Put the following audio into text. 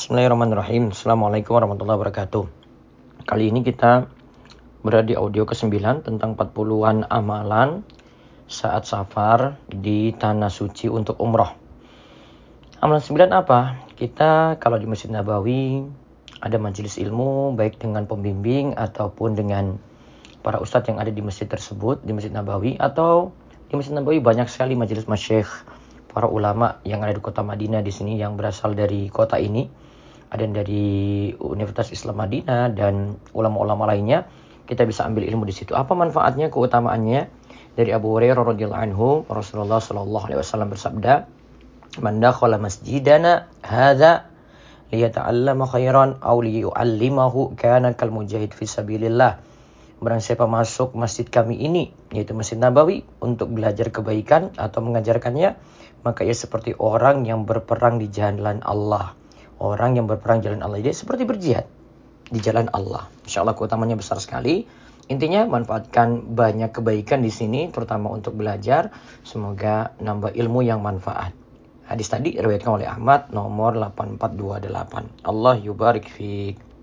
Bismillahirrahmanirrahim. Assalamualaikum warahmatullahi wabarakatuh. Kali ini kita berada di audio ke-9 tentang 40-an amalan saat safar di Tanah Suci untuk umroh. Amalan 9 apa? Kita kalau di Masjid Nabawi ada majelis ilmu baik dengan pembimbing ataupun dengan para ustadz yang ada di masjid tersebut, di Masjid Nabawi, atau di Masjid Nabawi banyak sekali majelis masyayikh, para ulama yang ada di kota Madinah di sini yang berasal dari kota ini. Ada dari Universitas Islam Madinah dan ulama-ulama lainnya. Kita bisa ambil ilmu di situ. Apa manfaatnya, keutamaannya? Dari Abu Hurairah radhiyallahu anhu, Rasulullah sallallahu alaihi wasallam bersabda, "Man dakhala masjidana hadza liyata'allama khairan aw liyu'allimahu kana kal mujahid fi sabilillah." Barang siapa masuk masjid kami ini, yaitu Masjid Nabawi, untuk belajar kebaikan atau mengajarkannya, maka ia seperti orang yang berperang di jalan Allah. Orang yang berperang jalan Allah, dia seperti berjihad di jalan Allah. Insyaallah keutamanya besar sekali. Intinya manfaatkan banyak kebaikan di sini, terutama untuk belajar. Semoga nambah ilmu yang manfaat. Hadis tadi diriwayatkan oleh Ahmad nomor 8428. Allah yubarik fiik.